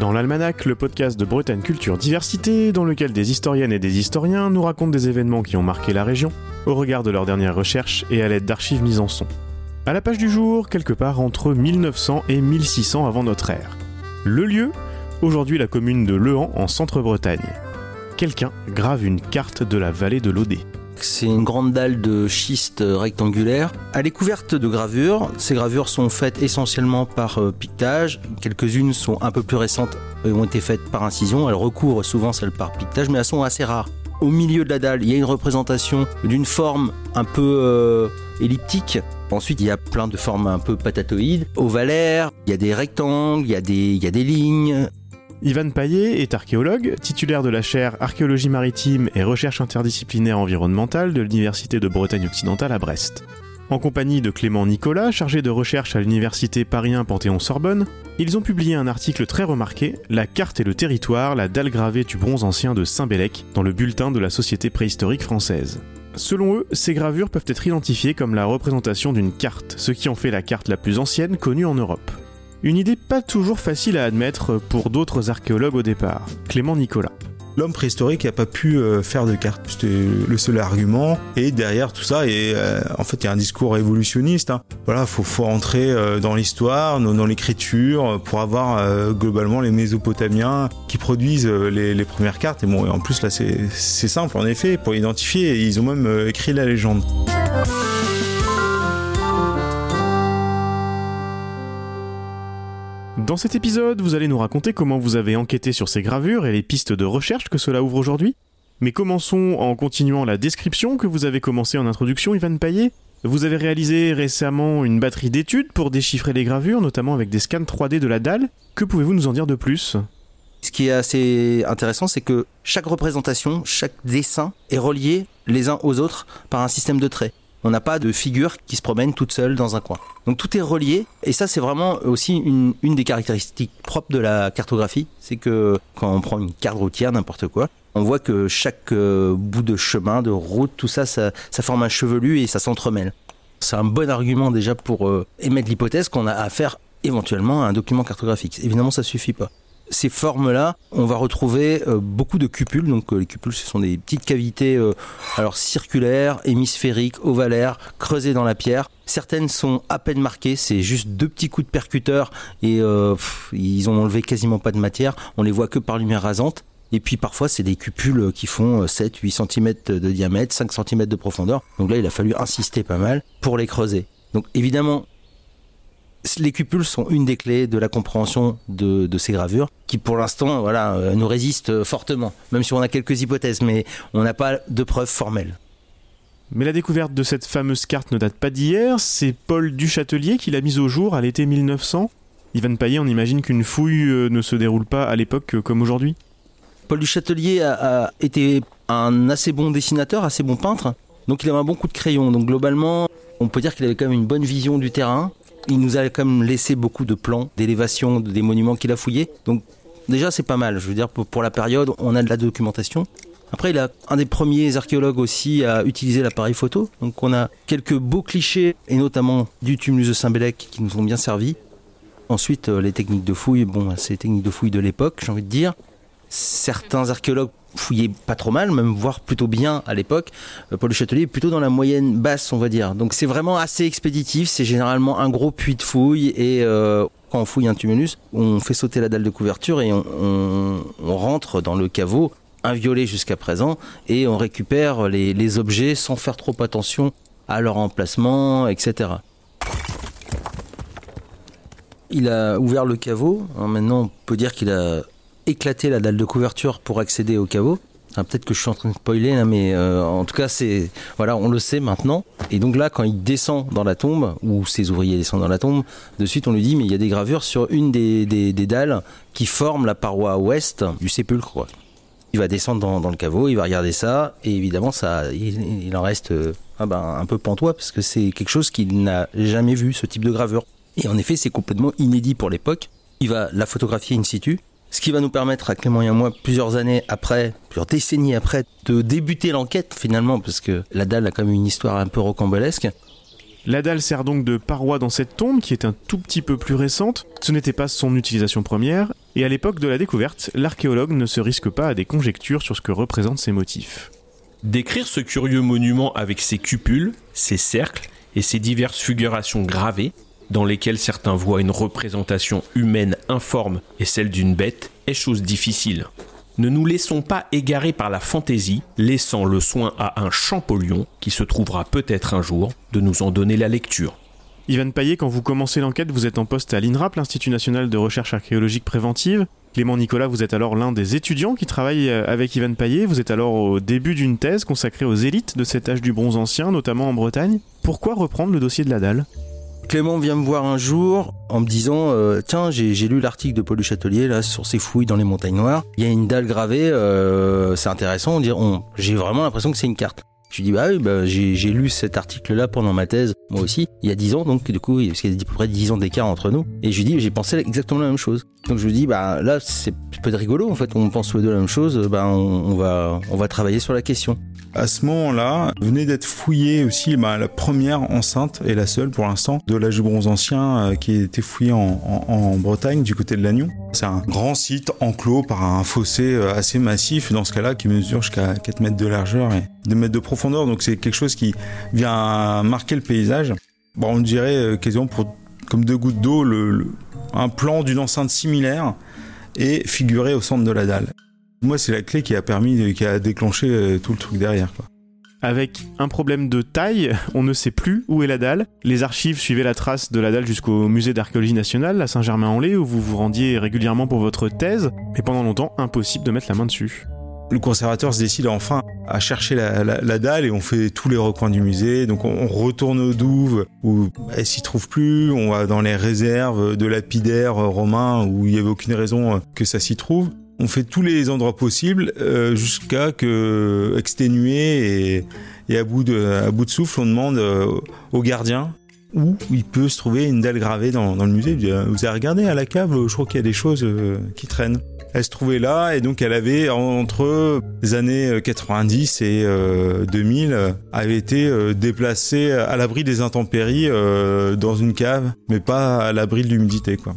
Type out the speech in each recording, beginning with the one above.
Dans l'Almanach, le podcast de Bretagne Culture Diversité, dans lequel des historiennes et des historiens nous racontent des événements qui ont marqué la région, au regard de leurs dernières recherches et à l'aide d'archives mises en son. À la page du jour, quelque part entre 1900 et 1600 avant notre ère. Le lieu, aujourd'hui la commune de Lehan en Centre-Bretagne. Quelqu'un grave une carte de la vallée de l'Odé. C'est une grande dalle de schiste rectangulaire. Elle est couverte de gravures. Ces gravures sont faites essentiellement par piquetage. Quelques-unes sont un peu plus récentes et ont été faites par incision. Elles recouvrent souvent celles par piquetage, mais elles sont assez rares. Au milieu de la dalle, il y a une représentation d'une forme un peu elliptique. Ensuite, il y a plein de formes un peu patatoïdes, ovalaires. Il y a des rectangles, il y a des lignes. Ivan Paillet est archéologue, titulaire de la chaire Archéologie maritime et recherche interdisciplinaire environnementale de l'Université de Bretagne occidentale à Brest. En compagnie de Clément Nicolas, chargé de recherche à l'Université Paris 1 Panthéon-Sorbonne, ils ont publié un article très remarqué, La carte et le territoire, la dalle gravée du bronze ancien de Saint-Bellec, dans le bulletin de la Société préhistorique française. Selon eux, ces gravures peuvent être identifiées comme la représentation d'une carte, ce qui en fait la carte la plus ancienne connue en Europe. Une idée pas toujours facile à admettre pour d'autres archéologues au départ. Clément Nicolas. L'homme préhistorique n'a pas pu faire de carte. C'était le seul argument. Et derrière tout ça, en fait, il y a un discours évolutionniste. Voilà, faut entrer dans l'histoire, dans l'écriture, pour avoir globalement les Mésopotamiens qui produisent les premières cartes. Et bon, et en plus là, c'est simple en effet pour identifier. Ils ont même écrit la légende. Dans cet épisode, vous allez nous raconter comment vous avez enquêté sur ces gravures et les pistes de recherche que cela ouvre aujourd'hui. Mais commençons en continuant la description que vous avez commencé en introduction, Ivan Paillet. Vous avez réalisé récemment une batterie d'études pour déchiffrer les gravures, notamment avec des scans 3D de la dalle. Que pouvez-vous nous en dire de plus ? Ce qui est assez intéressant, c'est que chaque représentation, chaque dessin est relié les uns aux autres par un système de traits. On n'a pas de figure qui se promène toute seule dans un coin. Donc tout est relié, et ça c'est vraiment aussi une des caractéristiques propres de la cartographie, c'est que quand on prend une carte routière, n'importe quoi, on voit que chaque bout de chemin, de route, tout ça, ça forme un chevelu et ça s'entremêle. C'est un bon argument déjà pour émettre l'hypothèse qu'on a affaire éventuellement à un document cartographique. Évidemment ça suffit pas. Ces formes-là, on va retrouver beaucoup de cupules. Donc les cupules, ce sont des petites cavités circulaires, hémisphériques, ovalaires, creusées dans la pierre. Certaines sont à peine marquées, c'est juste 2 petits coups de percuteur et ils ont enlevé quasiment pas de matière. On les voit que par lumière rasante. Et puis parfois, c'est des cupules qui font 7-8 cm de diamètre, 5 cm de profondeur. Donc là, il a fallu insister pas mal pour les creuser. Donc évidemment, les cupules sont une des clés de la compréhension de ces gravures qui pour l'instant nous résistent fortement, même si on a quelques hypothèses, mais on n'a pas de preuves formelles. Mais la découverte de cette fameuse carte ne date pas d'hier, c'est Paul Duchâtelier qui l'a mise au jour à l'été 1900. Ivan Paillet, on imagine qu'une fouille ne se déroule pas à l'époque comme aujourd'hui. Paul Duchâtelier a été un assez bon dessinateur, assez bon peintre, donc il avait un bon coup de crayon. Donc globalement, on peut dire qu'il avait quand même une bonne vision du terrain. Il nous a quand même laissé beaucoup de plans d'élévation des monuments qu'il a fouillés. Donc déjà c'est pas mal, je veux dire pour la période on a de la documentation. Après il est un des premiers archéologues aussi à utiliser l'appareil photo. Donc on a quelques beaux clichés et notamment du tumulus de Saint-Bellec qui nous ont bien servi. Ensuite les techniques de fouille, c'est les techniques de fouille de l'époque j'ai envie de dire. Certains archéologues fouillaient pas trop mal, même voire plutôt bien à l'époque. Paul Duchâtelier est plutôt dans la moyenne basse, on va dire. Donc c'est vraiment assez expéditif, c'est généralement un gros puits de fouille et quand on fouille un tumulus, on fait sauter la dalle de couverture et on rentre dans le caveau, inviolé jusqu'à présent, et on récupère les objets sans faire trop attention à leur emplacement, etc. Il a ouvert le caveau, maintenant on peut dire qu'il a éclater la dalle de couverture pour accéder au caveau. Peut-être que je suis en train de spoiler là, mais en tout cas on le sait maintenant. Et donc là quand il descend dans la tombe, ou ses ouvriers descendent dans la tombe, de suite on lui dit mais il y a des gravures sur une des dalles qui forment la paroi ouest du sépulcre quoi. Il va descendre dans le caveau, il va regarder ça et évidemment il en reste un peu pantois parce que c'est quelque chose qu'il n'a jamais vu, ce type de gravure. Et en effet c'est complètement inédit pour l'époque. Il va la photographier in situ. Ce qui va nous permettre à Clément et à moi, plusieurs décennies après, de débuter l'enquête finalement, parce que la dalle a quand même une histoire un peu rocambolesque. La dalle sert donc de paroi dans cette tombe, qui est un tout petit peu plus récente. Ce n'était pas son utilisation première. Et à l'époque de la découverte, l'archéologue ne se risque pas à des conjectures sur ce que représentent ces motifs. Décrire ce curieux monument avec ses cupules, ses cercles et ses diverses figurations gravées, dans lesquelles certains voient une représentation humaine informe et celle d'une bête, est chose difficile. Ne nous laissons pas égarer par la fantaisie, laissant le soin à un Champollion, qui se trouvera peut-être un jour, de nous en donner la lecture. Yvan Paillet, quand vous commencez l'enquête, vous êtes en poste à l'INRAP, l'Institut National de Recherche Archéologique Préventive. Clément Nicolas, vous êtes alors l'un des étudiants qui travaillent avec Yvan Paillet. Vous êtes alors au début d'une thèse consacrée aux élites de cet âge du bronze ancien, notamment en Bretagne. Pourquoi reprendre le dossier de la dalle ? Clément vient me voir un jour en me disant tiens, j'ai lu l'article de Paul du Châtelier là sur ces fouilles dans les montagnes noires. Il y a une dalle gravée, c'est intéressant. J'ai vraiment l'impression que c'est une carte. Je lui dis j'ai lu cet article-là pendant ma thèse, moi aussi, il y a 10 ans, donc du coup, parce qu'il y a à peu près 10 ans d'écart entre nous. Et je lui dis, j'ai pensé exactement la même chose. Donc je lui dis, là, c'est peut-être rigolo, en fait, on pense tous les deux la même chose, on va travailler sur la question. À ce moment-là, venait d'être fouillée aussi la première enceinte, et la seule pour l'instant, de l'âge du bronze ancien qui a été fouillée en Bretagne, du côté de Lannion. C'est un grand site enclos par un fossé assez massif, dans ce cas-là, qui mesure jusqu'à 4 mètres de largeur et 2 mètres de profondeur. Donc c'est quelque chose qui vient marquer le paysage. On dirait quasiment comme 2 gouttes d'eau, un plan d'une enceinte similaire est figuré au centre de la dalle. Moi, c'est la clé qui a déclenché tout le truc derrière, quoi. Avec un problème de taille, on ne sait plus où est la dalle. Les archives suivaient la trace de la dalle jusqu'au musée d'archéologie nationale à Saint-Germain-en-Laye, où vous vous rendiez régulièrement pour votre thèse, mais pendant longtemps, impossible de mettre la main dessus. Le conservateur se décide enfin à chercher la dalle et on fait tous les recoins du musée. Donc on retourne aux douves où elle s'y trouve plus. On va dans les réserves de lapidaires romains où il n'y avait aucune raison que ça s'y trouve. On fait tous les endroits possibles jusqu'à que, exténué et à bout de souffle, on demande au gardien où il peut se trouver une dalle gravée dans le musée. Vous avez regardé à la cave, je crois qu'il y a des choses qui traînent. Elle se trouvait là et donc elle avait entre les années 90 et 2000 avait été déplacée à l'abri des intempéries dans une cave, mais pas à l'abri de l'humidité, quoi.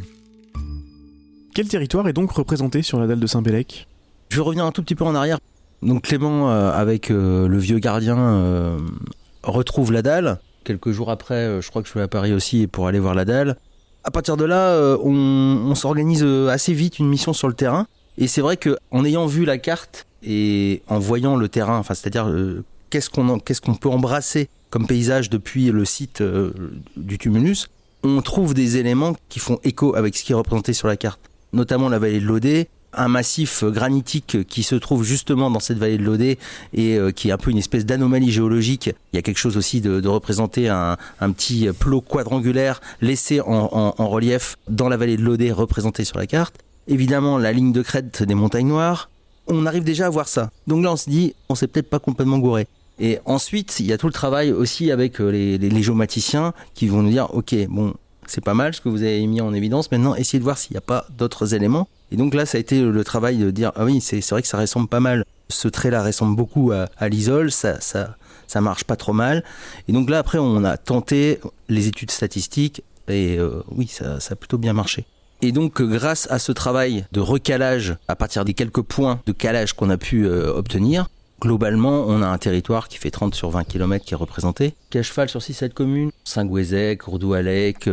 Quel territoire est donc représenté sur la dalle de Saint-Bellec ? Je vais revenir un tout petit peu en arrière. Donc Clément, avec le vieux gardien, retrouve la dalle. Quelques jours après, je crois que je vais à Paris aussi pour aller voir la dalle. À partir de là, on s'organise assez vite une mission sur le terrain. Et c'est vrai qu'en ayant vu la carte et en voyant le terrain, c'est-à-dire qu'est-ce qu'on peut embrasser comme paysage depuis le site du tumulus, on trouve des éléments qui font écho avec ce qui est représenté sur la carte. Notamment la vallée de l'Odé, un massif granitique qui se trouve justement dans cette vallée de l'Odé et qui est un peu une espèce d'anomalie géologique. Il y a quelque chose aussi de représenter un petit plot quadrangulaire laissé en relief dans la vallée de l'Odé représenté sur la carte. Évidemment, la ligne de crête des montagnes noires. On arrive déjà à voir ça. Donc là, on se dit, on s'est peut-être pas complètement gouré. Et ensuite, il y a tout le travail aussi avec les géomaticiens qui vont nous dire, ok, bon, c'est pas mal ce que vous avez mis en évidence. Maintenant, essayez de voir s'il n'y a pas d'autres éléments. Et donc là, ça a été le travail de dire, ah oui, c'est vrai que ça ressemble pas mal. Ce trait-là ressemble beaucoup à l'isole, ça marche pas trop mal. Et donc là, après, on a tenté les études statistiques et oui, ça a plutôt bien marché. Et donc, grâce à ce travail de recalage, à partir des quelques points de calage qu'on a pu obtenir, globalement, on a un territoire qui fait 30 sur 20 km qui est représenté, qui est à cheval sur 6-7 communes, Saint-Gouézec, Courdouallec,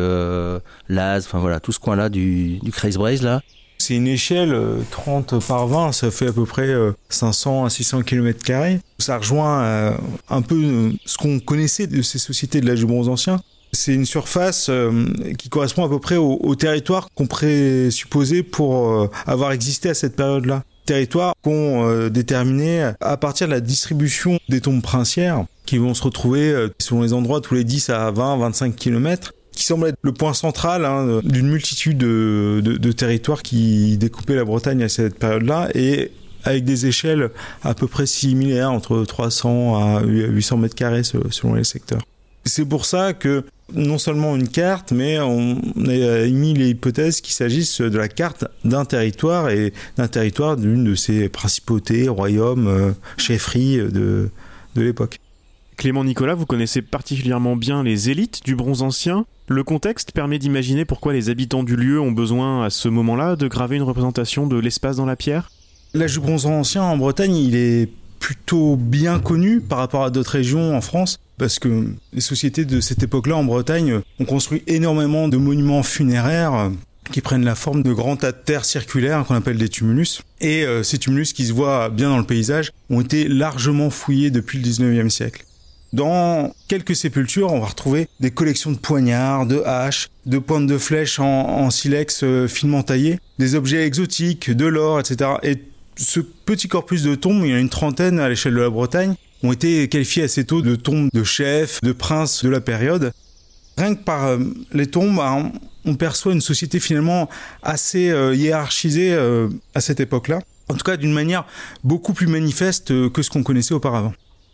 Laz, enfin voilà, tout ce coin-là du Creuse-Braise, là. C'est une échelle 30 par 20, ça fait à peu près 500 à 600 km². Ça rejoint un peu ce qu'on connaissait de ces sociétés de l'âge du bronze ancien. C'est une surface qui correspond à peu près au territoire qu'on présupposait pour avoir existé à cette période-là. Territoire qu'on déterminait à partir de la distribution des tombes princières qui vont se retrouver selon les endroits tous les 10 à 20-25 km, qui semble être le point central d'une multitude de territoires qui découpaient la Bretagne à cette période-là et avec des échelles à peu près similaires, entre 300 à 800 mètres carrés selon les secteurs. C'est pour ça que non seulement une carte, mais on a émis l'hypothèse qu'il s'agisse de la carte d'un territoire et d'un territoire d'une de ces principautés, royaumes, chefferies de l'époque. Clément Nicolas, vous connaissez particulièrement bien les élites du bronze ancien. Le contexte permet d'imaginer pourquoi les habitants du lieu ont besoin, à ce moment-là, de graver une représentation de l'espace dans la pierre. L'âge du bronze ancien en Bretagne, il est plutôt bien connu par rapport à d'autres régions en France, parce que les sociétés de cette époque-là en Bretagne ont construit énormément de monuments funéraires qui prennent la forme de grands tas de terre circulaires qu'on appelle des tumulus. Et ces tumulus qui se voient bien dans le paysage ont été largement fouillés depuis le 19e siècle. Dans quelques sépultures, on va retrouver des collections de poignards, de haches, de pointes de flèches en silex finement taillées, des objets exotiques, de l'or, etc. Et ce petit corpus de tombes, il y en a une trentaine à l'échelle de la Bretagne, ont été qualifiés assez tôt de tombes de chefs, de princes de la période. Rien que par les tombes, on perçoit une société finalement assez hiérarchisée à cette époque-là. En tout cas, d'une manière beaucoup plus manifeste que ce qu'on connaissait auparavant.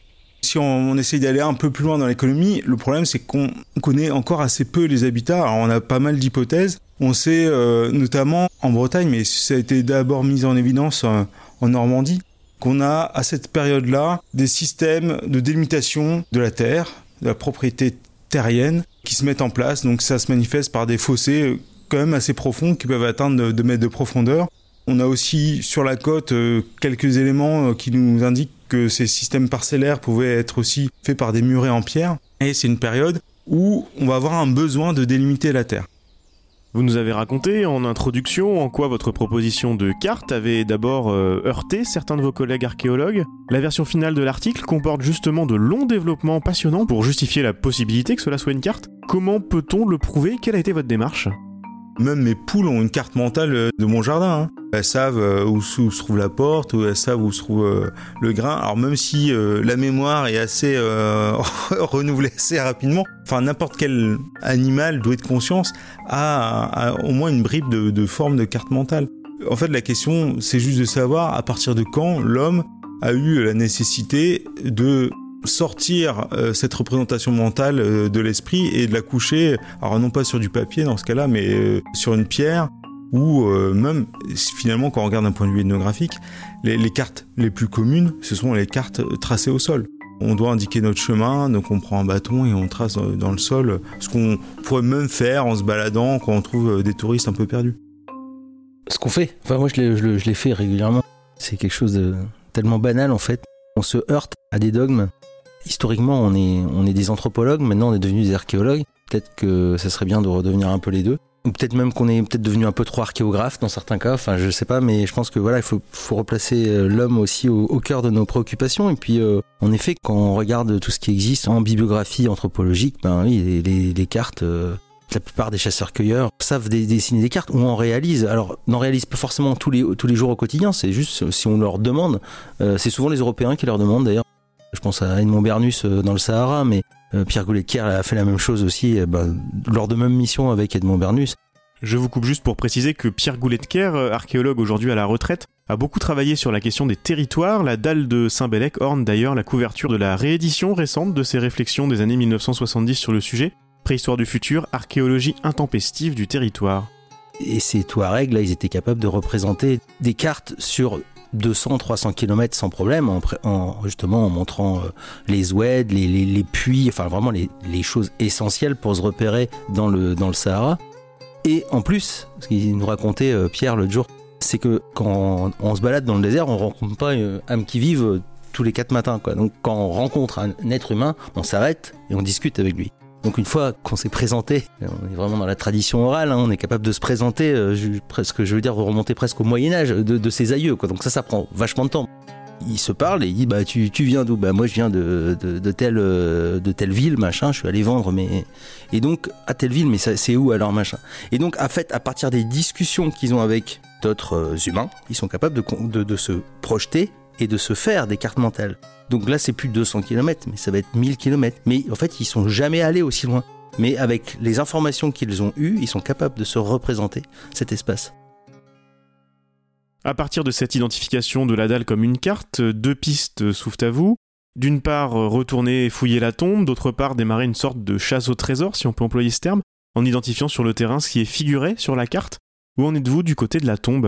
Si on essaye d'aller un peu plus loin dans l'économie, le problème c'est qu'on connaît encore assez peu les habitats. Alors on a pas mal d'hypothèses. On sait notamment en Bretagne, mais ça a été d'abord mis en évidence en Normandie, qu'on a à cette période-là des systèmes de délimitation de la terre, de la propriété terrienne qui se mettent en place. Donc ça se manifeste par des fossés quand même assez profonds qui peuvent atteindre 2 mètres de profondeur. On a aussi sur la côte quelques éléments qui nous indiquent que ces systèmes parcellaires pouvaient être aussi faits par des murets en pierre. Et c'est une période où on va avoir un besoin de délimiter la terre. Vous nous avez raconté en introduction en quoi votre proposition de carte avait d'abord heurté certains de vos collègues archéologues. La version finale de l'article comporte justement de longs développements passionnants pour justifier la possibilité que cela soit une carte. Comment peut-on le prouver ? Quelle a été votre démarche ? Même mes poules ont une carte mentale de mon jardin. Elles savent où se trouve la porte, ou elles savent où se trouve le grain. Alors même si la mémoire est assez renouvelée assez rapidement, enfin n'importe quel animal doué de conscience a au moins une bribe de forme de carte mentale. En fait, la question, c'est juste de savoir à partir de quand l'homme a eu la nécessité de sortir cette représentation mentale de l'esprit et de la coucher, alors non pas sur du papier dans ce cas-là, mais sur une pierre, ou même finalement quand on regarde d'un point de vue ethnographique, les cartes les plus communes, ce sont les cartes tracées au sol. On doit indiquer notre chemin, donc on prend un bâton et on trace dans le sol, ce qu'on pourrait même faire en se baladant quand on trouve des touristes un peu perdus. Ce qu'on fait, enfin moi je l'ai fait régulièrement, c'est quelque chose de tellement banal en fait. On se heurte à des dogmes. Historiquement, on est des anthropologues, maintenant on est devenus des archéologues. Peut-être que ça serait bien de redevenir un peu les deux. Ou peut-être même qu'on est peut-être devenu un peu trop archéographe dans certains cas, enfin je sais pas, mais je pense que voilà, il faut replacer l'homme aussi au cœur de nos préoccupations. Et puis en effet, quand on regarde tout ce qui existe en bibliographie anthropologique, ben oui, les cartes, la plupart des chasseurs-cueilleurs savent dessiner des cartes, ou en réalisent. Alors n'en réalisent pas forcément tous les jours au quotidien, c'est juste si on leur demande. C'est souvent les Européens qui leur demandent d'ailleurs. Je pense à Edmond Bernus dans le Sahara, mais Pierre Goulet-de-Quer a fait la même chose aussi lors de même mission avec Edmond Bernus. Je vous coupe juste pour préciser que Pierre Goulet-de-Quer, archéologue aujourd'hui à la retraite, a beaucoup travaillé sur la question des territoires. La dalle de Saint-Bellec orne d'ailleurs la couverture de la réédition récente de ses réflexions des années 1970 sur le sujet, Préhistoire du futur, archéologie intempestive du territoire. Et ces Touaregs, là, ils étaient capables de représenter des cartes sur 200-300 km sans problème, justement en montrant les oueds, les puits, enfin vraiment les choses essentielles pour se repérer dans le Sahara. Et en plus, ce qu'il nous racontait Pierre l'autre jour, c'est que quand on se balade dans le désert, on rencontre pas une âme qui vive tous les 4 matins, quoi. Donc quand on rencontre un être humain, on s'arrête et on discute avec lui. Donc une fois qu'on s'est présenté, on est vraiment dans la tradition orale, on est capable de se présenter, remonter presque au Moyen-Âge de ses aïeux, quoi. Donc ça prend vachement de temps. Il se parle et il dit tu viens d'où ? Moi je viens de telle ville, machin, je suis allé vendre et donc à telle ville, mais ça, c'est où alors, machin. Et donc en fait, à partir des discussions qu'ils ont avec d'autres humains, ils sont capables de se projeter et de se faire des cartes mentales. Donc là, c'est plus de 200 km, mais ça va être 1000 km. Mais en fait, ils sont jamais allés aussi loin. Mais avec les informations qu'ils ont eues, ils sont capables de se représenter cet espace. À partir de cette identification de la dalle comme une carte, 2 pistes s'ouvrent à vous. D'une part, retourner fouiller la tombe, d'autre part, démarrer une sorte de chasse au trésor, si on peut employer ce terme, en identifiant sur le terrain ce qui est figuré sur la carte. Où en êtes-vous du côté de la tombe ?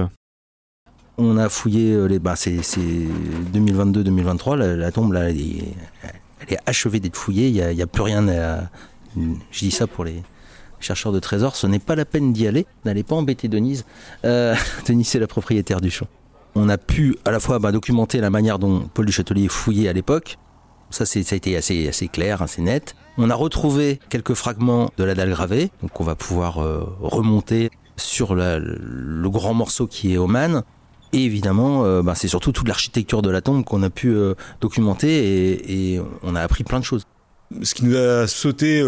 On a fouillé c'est 2022-2023, la tombe là, elle elle est achevée d'être fouillée, il y a plus rien à... Je dis ça pour les chercheurs de trésors, ce n'est pas la peine d'y aller, n'allez pas embêter Denise. Denise, c'est la propriétaire du champ. On a pu à la fois documenter la manière dont Paul du Châtelier fouillait à l'époque. Ça a été assez clair, assez net. On a retrouvé quelques fragments de la dalle gravée, donc on va pouvoir remonter sur le grand morceau qui est Oman. Et évidemment, c'est surtout toute l'architecture de la tombe qu'on a pu documenter et on a appris plein de choses. Ce qui nous a sauté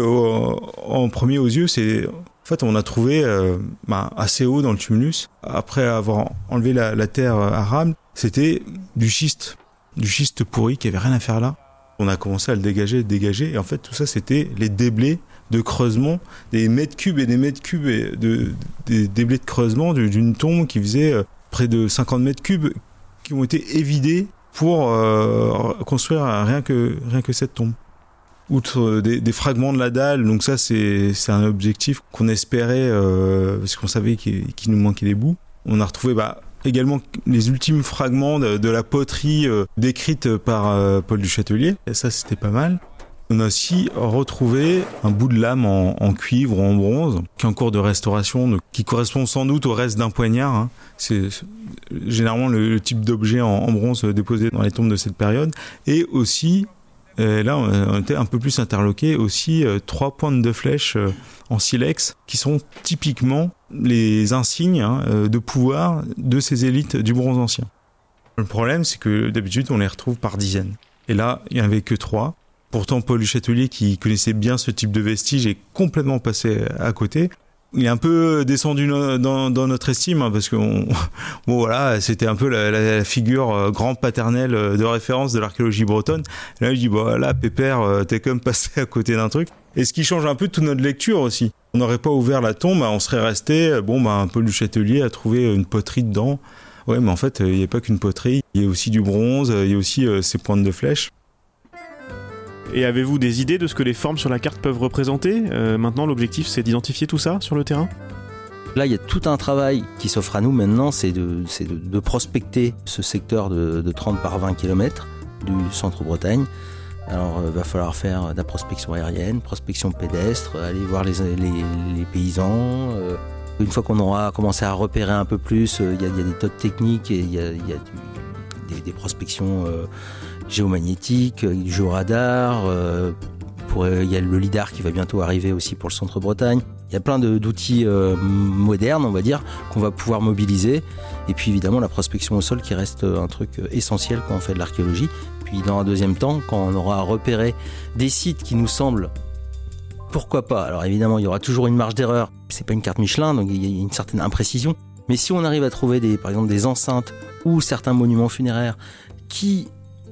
en premier aux yeux, c'est en fait on a trouvé assez haut dans le tumulus, après avoir enlevé la terre arable, c'était du schiste pourri qui avait rien à faire là. On a commencé à le dégager, et en fait tout ça c'était les déblais de creusement, des mètres cubes et des mètres cubes des déblais de creusement d'une tombe qui faisait près de 50 mètres cubes qui ont été évidés pour construire rien que cette tombe. Outre des fragments de la dalle, donc ça c'est un objectif qu'on espérait parce qu'on savait qu'il nous manquait des bouts. On a retrouvé également les ultimes fragments de la poterie décrite par Paul du Châtelier, et ça c'était pas mal. On a aussi retrouvé un bout de lame en cuivre ou en bronze qui est en cours de restauration, qui correspond sans doute au reste d'un poignard. Hein. C'est généralement le type d'objet en bronze déposé dans les tombes de cette période. Et aussi, là on était un peu plus interloqués, aussi 3 pointes de flèches en silex qui sont typiquement les insignes de pouvoir de ces élites du bronze ancien. Le problème, c'est que d'habitude on les retrouve par dizaines. Et là, il n'y en avait que 3. Pourtant, Paul du Châtelier, qui connaissait bien ce type de vestiges, est complètement passé à côté. Il est un peu descendu dans notre estime, parce que c'était un peu la figure grand-paternelle de référence de l'archéologie bretonne. Et là, je dis, là, Pépère, t'es quand même passé à côté d'un truc. Et ce qui change un peu toute notre lecture aussi. On n'aurait pas ouvert la tombe, on serait resté, Paul du Châtelier a trouvé une poterie dedans. Ouais, mais en fait, il n'y a pas qu'une poterie, il y a aussi du bronze, il y a aussi ces pointes de flèches. Et avez-vous des idées de ce que les formes sur la carte peuvent représenter ? Maintenant, l'objectif, c'est d'identifier tout ça sur le terrain ? Là, il y a tout un travail qui s'offre à nous maintenant, c'est de prospecter ce secteur de 30 par 20 km du centre-Bretagne. Alors, il va falloir faire de la prospection aérienne, prospection pédestre, aller voir les paysans. Une fois qu'on aura commencé à repérer un peu plus, il y a des tas de techniques et il y a des prospections géomagnétiques, du géoradar. Il y a le lidar qui va bientôt arriver aussi pour le centre-Bretagne. Il y a plein d'outils modernes, on va dire, qu'on va pouvoir mobiliser. Et puis évidemment la prospection au sol qui reste un truc essentiel quand on fait de l'archéologie. Puis dans un deuxième temps, quand on aura repéré des sites qui nous semblent, pourquoi pas. Alors évidemment, il y aura toujours une marge d'erreur. C'est pas une carte Michelin, donc il y a une certaine imprécision. Mais si on arrive à trouver par exemple des enceintes ou certains monuments funéraires qui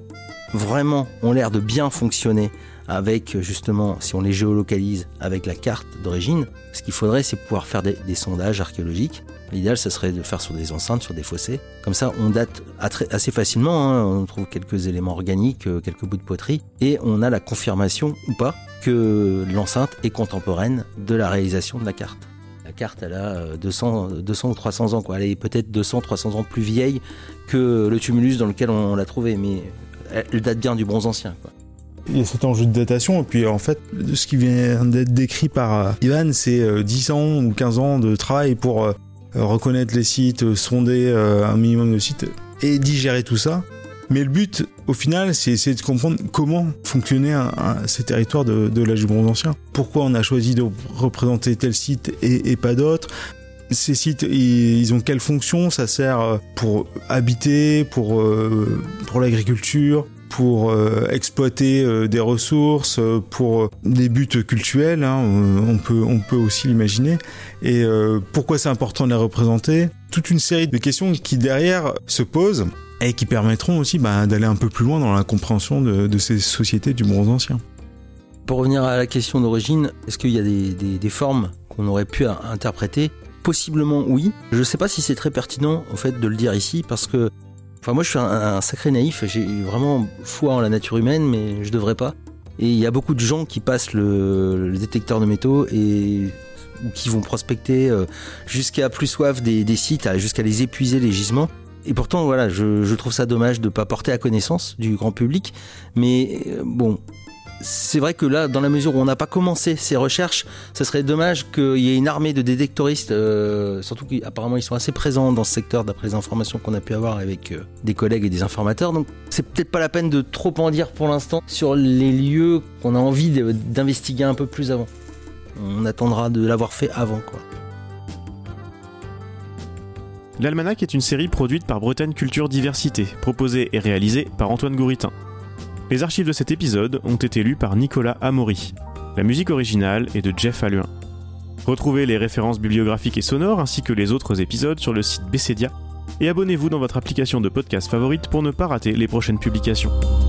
vraiment ont l'air de bien fonctionner avec, justement, si on les géolocalise avec la carte d'origine, ce qu'il faudrait, c'est pouvoir faire des sondages archéologiques. L'idéal, ça serait de faire sur des enceintes, sur des fossés. Comme ça, on date assez facilement, on trouve quelques éléments organiques, quelques bouts de poterie, et on a la confirmation, ou pas, que l'enceinte est contemporaine de la réalisation de la carte. La carte, elle a 200 ou 300 ans, quoi. Elle est peut-être 200, 300 ans plus vieille que le tumulus dans lequel on l'a trouvée, mais elle date bien du bronze ancien, quoi. Il y a cet enjeu de datation, et puis en fait, ce qui vient d'être décrit par Ivan, c'est 10 ans ou 15 ans de travail pour reconnaître les sites, sonder un minimum de sites et digérer tout ça. Mais le but, au final, c'est essayer de comprendre comment fonctionnaient ces territoires de l'âge du bronze ancien. Pourquoi on a choisi de représenter tel site et pas d'autres. Ces sites, ils ont quelle fonction ? Ça sert pour habiter, pour l'agriculture, pour exploiter des ressources, pour des buts cultuels, on peut aussi l'imaginer. Et pourquoi c'est important de les représenter ? Toute une série de questions qui derrière se posent et qui permettront aussi d'aller un peu plus loin dans la compréhension de ces sociétés du bronze ancien. Pour revenir à la question d'origine, est-ce qu'il y a des formes qu'on aurait pu interpréter ? Possiblement oui. Je ne sais pas si c'est très pertinent en fait de le dire ici parce que moi je suis un sacré naïf, j'ai vraiment foi en la nature humaine mais je devrais pas. Et il y a beaucoup de gens qui passent le détecteur de métaux ou qui vont prospecter jusqu'à plus soif des sites, jusqu'à les épuiser les gisements. Et pourtant voilà, je trouve ça dommage de ne pas porter à connaissance du grand public. Mais bon, c'est vrai que là, dans la mesure où on n'a pas commencé ces recherches, ce serait dommage qu'il y ait une armée de détectoristes, surtout qu'apparemment ils sont assez présents dans ce secteur d'après les informations qu'on a pu avoir avec des collègues et des informateurs. Donc c'est peut-être pas la peine de trop en dire pour l'instant sur les lieux qu'on a envie d'investiguer un peu plus avant. On attendra de l'avoir fait avant, quoi. L'Almanach est une série produite par Bretagne Culture Diversité, proposée et réalisée par Antoine Gouritin. Les archives de cet épisode ont été lues par Nicolas Amaury. La musique originale est de Jeff Alluin. Retrouvez les références bibliographiques et sonores ainsi que les autres épisodes sur le site Bessedia et abonnez-vous dans votre application de podcast favorite pour ne pas rater les prochaines publications.